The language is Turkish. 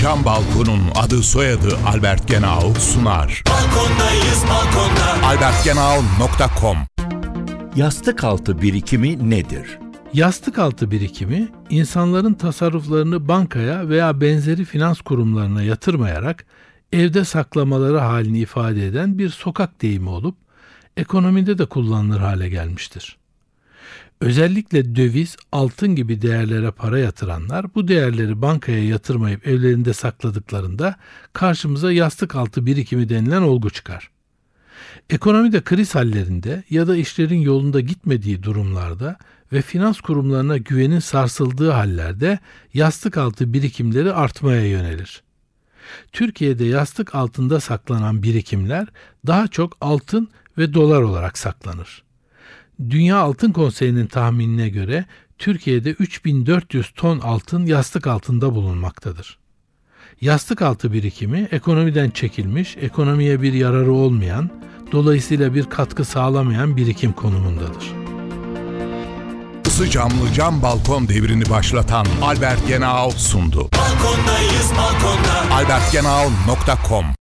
Cam Balkon'un adı soyadı Albert Genau sunar. Balkondayız balkonda. albertgenau.com. Yastık altı birikimi nedir? Yastık altı birikimi, insanların tasarruflarını bankaya veya benzeri finans kurumlarına yatırmayarak evde saklamaları halini ifade eden bir sokak deyimi olup, ekonomide de kullanılır hale gelmiştir. Özellikle döviz, altın gibi değerlere para yatıranlar bu değerleri bankaya yatırmayıp evlerinde sakladıklarında karşımıza yastık altı birikimi denilen olgu çıkar. Ekonomide kriz hallerinde ya da işlerin yolunda gitmediği durumlarda ve finans kurumlarına güvenin sarsıldığı hallerde yastık altı birikimleri artmaya yönelir. Türkiye'de yastık altında saklanan birikimler daha çok altın ve dolar olarak saklanır. Dünya Altın Konseyi'nin tahminine göre Türkiye'de 3400 ton altın yastık altında bulunmaktadır. Yastık altı birikimi ekonomiden çekilmiş, ekonomiye bir yararı olmayan, dolayısıyla bir katkı sağlamayan birikim konumundadır. Isı camlı cam balkon devrini başlatan Albert Genau sundu. Balkondayız balkonda. albertgenau.com